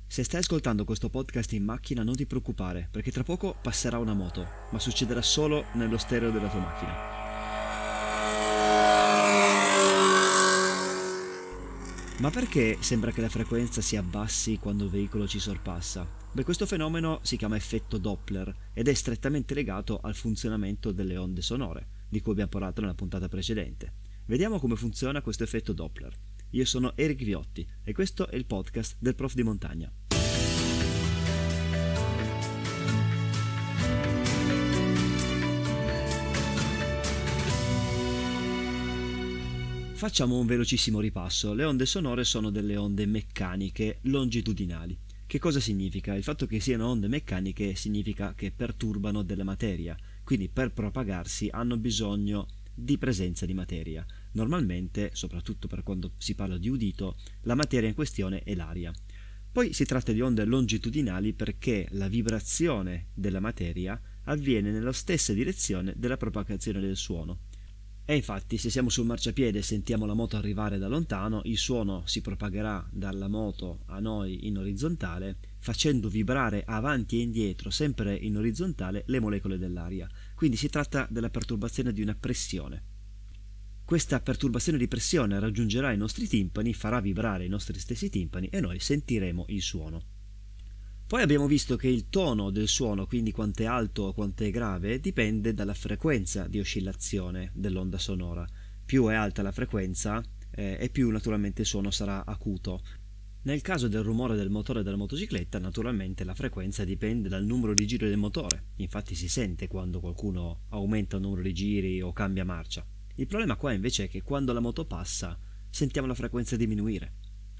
Se stai ascoltando questo podcast in macchina non ti preoccupare, perché tra poco passerà una moto, ma succederà solo nello stereo della tua macchina. Ma perché sembra che la frequenza si abbassi quando il veicolo ci sorpassa? Beh, questo fenomeno si chiama effetto Doppler ed è strettamente legato al funzionamento delle onde sonore, di cui abbiamo parlato nella puntata precedente. Vediamo come funziona questo effetto Doppler. Io sono Eric Viotti e questo è il podcast del Prof di Montagna. Facciamo un velocissimo ripasso. Le onde sonore sono delle onde meccaniche longitudinali. Che cosa significa? Il fatto che siano onde meccaniche significa che perturbano della materia, quindi per propagarsi hanno bisogno di presenza di materia. Normalmente, soprattutto per quando si parla di udito, la materia in questione è l'aria. Poi si tratta di onde longitudinali perché la vibrazione della materia avviene nella stessa direzione della propagazione del suono. E infatti, se siamo sul marciapiede e sentiamo la moto arrivare da lontano, il suono si propagherà dalla moto a noi in orizzontale, facendo vibrare avanti e indietro, sempre in orizzontale, le molecole dell'aria. Quindi si tratta della perturbazione di una pressione. Questa perturbazione di pressione raggiungerà i nostri timpani, farà vibrare i nostri stessi timpani e noi sentiremo il suono. Poi abbiamo visto che il tono del suono, quindi quanto è alto o quanto è grave, dipende dalla frequenza di oscillazione dell'onda sonora. Più è alta la frequenza e più naturalmente il suono sarà acuto. Nel caso del rumore del motore della motocicletta, naturalmente la frequenza dipende dal numero di giri del motore. Infatti si sente quando qualcuno aumenta il numero di giri o cambia marcia. Il problema qua invece è che quando la moto passa sentiamo la frequenza diminuire.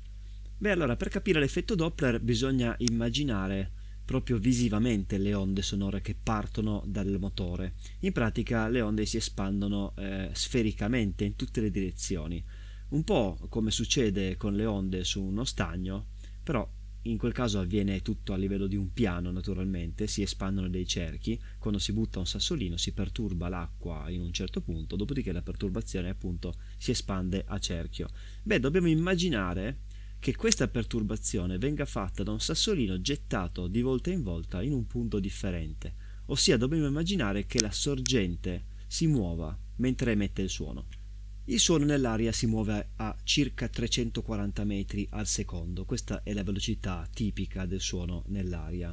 Beh, allora, per capire l'effetto Doppler bisogna immaginare proprio visivamente le onde sonore che partono dal motore. In pratica le onde si espandono sfericamente in tutte le direzioni, un po' come succede con le onde su uno stagno, però in quel caso avviene tutto a livello di un piano naturalmente, si espandono dei cerchi, quando si butta un sassolino si perturba l'acqua in un certo punto, dopodiché la perturbazione appunto si espande a cerchio. Beh, dobbiamo immaginare che questa perturbazione venga fatta da un sassolino gettato di volta in volta in un punto differente, ossia dobbiamo immaginare che la sorgente si muova mentre emette il suono. Il suono nell'aria si muove a circa 340 metri al secondo, questa è la velocità tipica del suono nell'aria.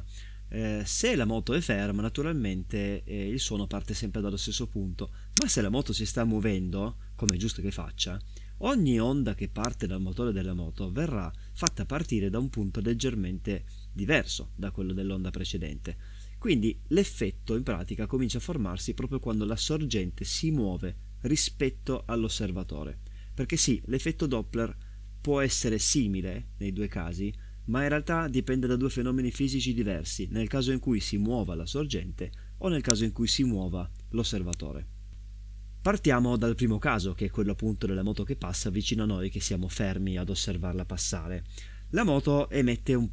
Se la moto è ferma, naturalmente il suono parte sempre dallo stesso punto, ma se la moto si sta muovendo, come è giusto che faccia, ogni onda che parte dal motore della moto verrà fatta partire da un punto leggermente diverso da quello dell'onda precedente. Quindi l'effetto in pratica comincia a formarsi proprio quando la sorgente si muove rispetto all'osservatore. Perché sì, l'effetto Doppler può essere simile nei due casi, ma in realtà dipende da due fenomeni fisici diversi, nel caso in cui si muova la sorgente o nel caso in cui si muova l'osservatore. Partiamo dal primo caso, che è quello appunto della moto che passa vicino a noi, che siamo fermi ad osservarla passare. La moto emette una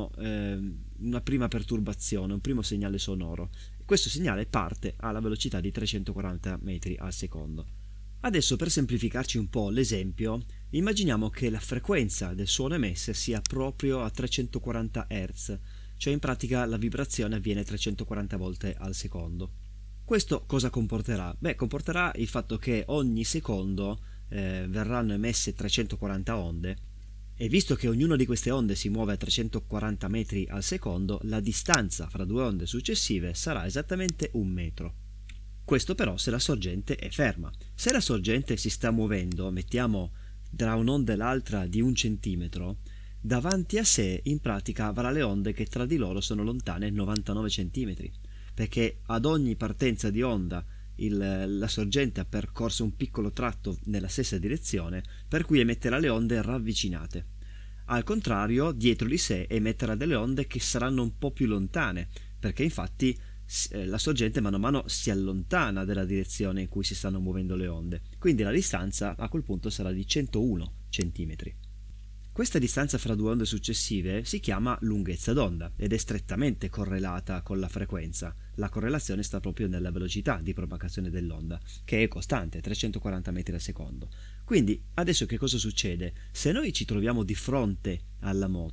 prima perturbazione, un primo segnale sonoro. Questo segnale parte alla velocità di 340 metri al secondo. Adesso, per semplificarci un po' l'esempio, immaginiamo che la frequenza del suono emesso sia proprio a 340 Hz, cioè in pratica la vibrazione avviene 340 volte al secondo. Questo cosa comporterà? Beh, comporterà il fatto che ogni secondo verranno emesse 340 onde e visto che ognuna di queste onde si muove a 340 metri al secondo, la distanza fra due onde successive sarà esattamente 1 metro. Questo però se la sorgente è ferma. Se la sorgente si sta muovendo, mettiamo tra un'onda e l'altra di 1 centimetro, davanti a sé in pratica avrà le onde che tra di loro sono lontane 99 centimetri. Perché ad ogni partenza di onda la sorgente ha percorso un piccolo tratto nella stessa direzione, per cui emetterà le onde ravvicinate. Al contrario, dietro di sé emetterà delle onde che saranno un po' più lontane, perché infatti la sorgente mano a mano si allontana dalla direzione in cui si stanno muovendo le onde, quindi la distanza a quel punto sarà di 101 centimetri. Questa distanza fra due onde successive si chiama lunghezza d'onda ed è strettamente correlata con la frequenza. La correlazione sta proprio nella velocità di propagazione dell'onda, che è costante, 340 metri al secondo. Quindi adesso che cosa succede? Se noi ci troviamo di fronte alla moto,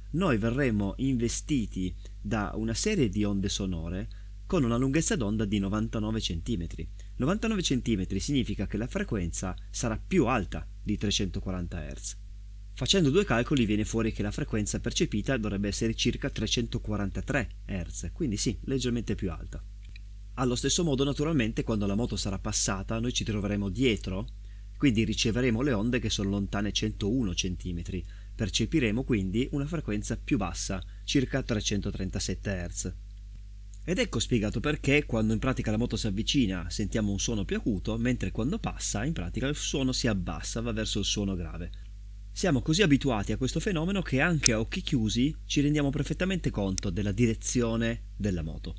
noi verremo investiti da una serie di onde sonore con una lunghezza d'onda di 99 cm. 99 cm significa che la frequenza sarà più alta di 340 Hz. Facendo due calcoli viene fuori che la frequenza percepita dovrebbe essere circa 343 Hz, quindi sì, leggermente più alta. Allo stesso modo, naturalmente, quando la moto sarà passata, noi ci troveremo dietro, quindi riceveremo le onde che sono lontane 101 cm. Percepiremo quindi una frequenza più bassa, circa 337 Hz. Ed ecco spiegato perché quando in pratica la moto si avvicina sentiamo un suono più acuto, mentre quando passa in pratica il suono si abbassa, va verso il suono grave. Siamo così abituati a questo fenomeno che anche a occhi chiusi ci rendiamo perfettamente conto della direzione della moto.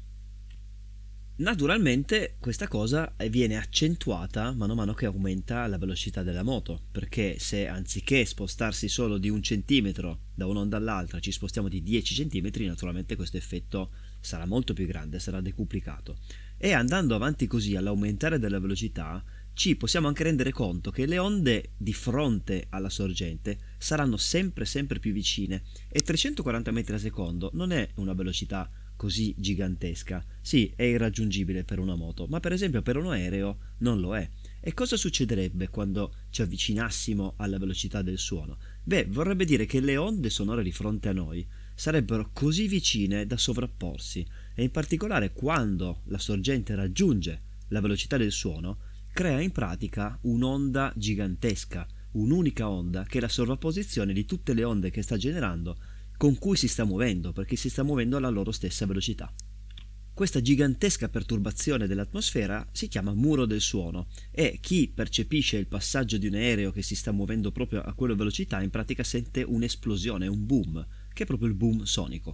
Naturalmente questa cosa viene accentuata mano a mano che aumenta la velocità della moto, perché se anziché spostarsi solo di 1 centimetro da un'onda all'altra ci spostiamo di 10 centimetri, naturalmente questo effetto sarà molto più grande, sarà decuplicato. E andando avanti così all'aumentare della velocità ci possiamo anche rendere conto che le onde di fronte alla sorgente saranno sempre più vicine e 340 metri al secondo non è una velocità così gigantesca. Sì, è irraggiungibile per una moto, ma per esempio per un aereo non lo è. E cosa succederebbe quando ci avvicinassimo alla velocità del suono? Beh, vorrebbe dire che le onde sonore di fronte a noi sarebbero così vicine da sovrapporsi, e in particolare quando la sorgente raggiunge la velocità del suono, crea in pratica un'onda gigantesca, un'unica onda che è la sovrapposizione di tutte le onde che sta generando con cui si sta muovendo, perché si sta muovendo alla loro stessa velocità. Questa gigantesca perturbazione dell'atmosfera si chiama muro del suono e chi percepisce il passaggio di un aereo che si sta muovendo proprio a quella velocità in pratica sente un'esplosione, un boom, che è proprio il boom sonico.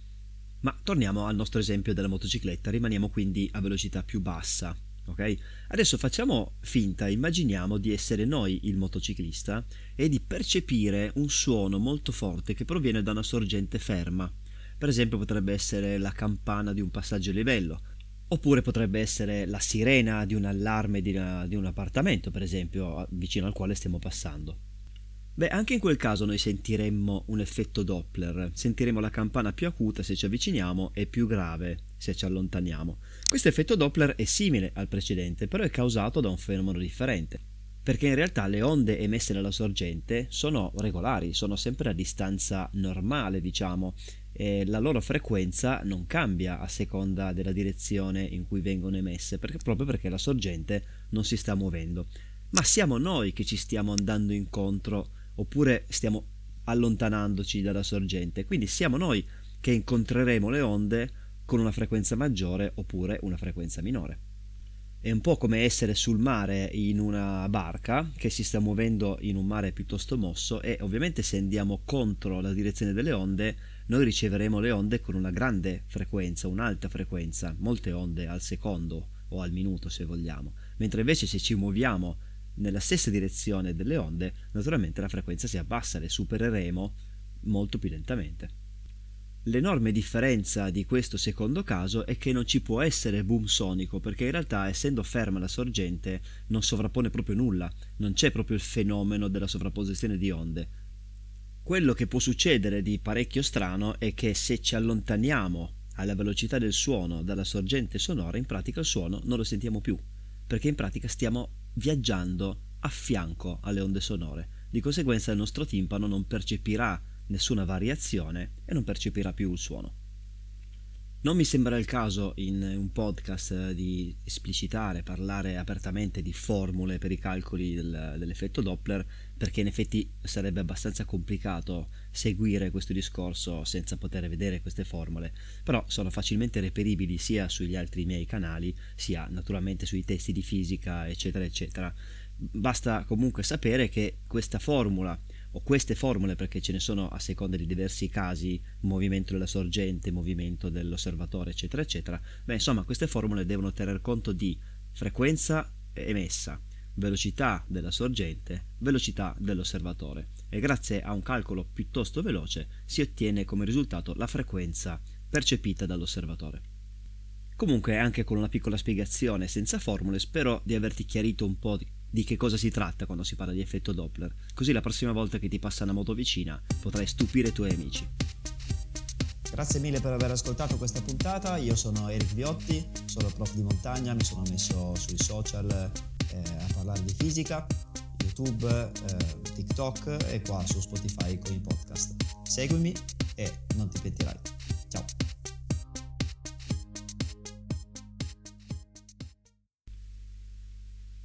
Ma torniamo al nostro esempio della motocicletta, rimaniamo quindi a velocità più bassa. Okay? Adesso facciamo finta, immaginiamo di essere noi il motociclista e di percepire un suono molto forte che proviene da una sorgente ferma. Per esempio potrebbe essere la campana di un passaggio a livello, oppure potrebbe essere la sirena di un allarme di un appartamento, per esempio, vicino al quale stiamo passando. Beh, anche in quel caso noi sentiremmo un effetto Doppler, sentiremo la campana più acuta se ci avviciniamo e più grave se ci allontaniamo. Questo effetto Doppler è simile al precedente, però è causato da un fenomeno differente, perché in realtà le onde emesse dalla sorgente sono regolari, sono sempre a distanza normale, diciamo, e la loro frequenza non cambia a seconda della direzione in cui vengono emesse, proprio perché la sorgente non si sta muovendo. Ma siamo noi che ci stiamo andando incontro oppure stiamo allontanandoci dalla sorgente, quindi siamo noi che incontreremo le onde con una frequenza maggiore oppure una frequenza minore. È un po' come essere sul mare in una barca che si sta muovendo in un mare piuttosto mosso e ovviamente se andiamo contro la direzione delle onde noi riceveremo le onde con una grande frequenza, un'alta frequenza, molte onde al secondo o al minuto se vogliamo, mentre invece se ci muoviamo nella stessa direzione delle onde, naturalmente la frequenza si abbassa, le supereremo molto più lentamente. L'enorme differenza di questo secondo caso è che non ci può essere boom sonico, perché in realtà essendo ferma la sorgente non sovrappone proprio nulla, non c'è proprio il fenomeno della sovrapposizione di onde. Quello che può succedere di parecchio strano è che se ci allontaniamo alla velocità del suono dalla sorgente sonora, in pratica il suono non lo sentiamo più, perché in pratica stiamo viaggiando a fianco alle onde sonore. Di conseguenza il nostro timpano non percepirà nessuna variazione e non percepirà più il suono. Non mi sembra il caso in un podcast di esplicitare, parlare apertamente di formule per i calcoli dell'effetto Doppler, perché in effetti sarebbe abbastanza complicato seguire questo discorso senza poter vedere queste formule, però sono facilmente reperibili sia sugli altri miei canali, sia naturalmente sui testi di fisica, eccetera, eccetera. Basta comunque sapere che questa formula o queste formule, perché ce ne sono a seconda di diversi casi, movimento della sorgente, movimento dell'osservatore, eccetera, eccetera, beh, insomma, queste formule devono tener conto di frequenza emessa, velocità della sorgente, velocità dell'osservatore, e grazie a un calcolo piuttosto veloce si ottiene come risultato la frequenza percepita dall'osservatore. Comunque, anche con una piccola spiegazione senza formule, spero di averti chiarito un po' di che cosa si tratta quando si parla di effetto Doppler, così la prossima volta che ti passa una moto vicina potrai stupire i tuoi amici. Grazie mille per aver ascoltato questa puntata. Io sono Eric Viotti, sono prof di montagna, mi sono messo sui social a parlare di fisica, YouTube, TikTok e qua su Spotify con i podcast. Seguimi e non ti pentirai. Ciao!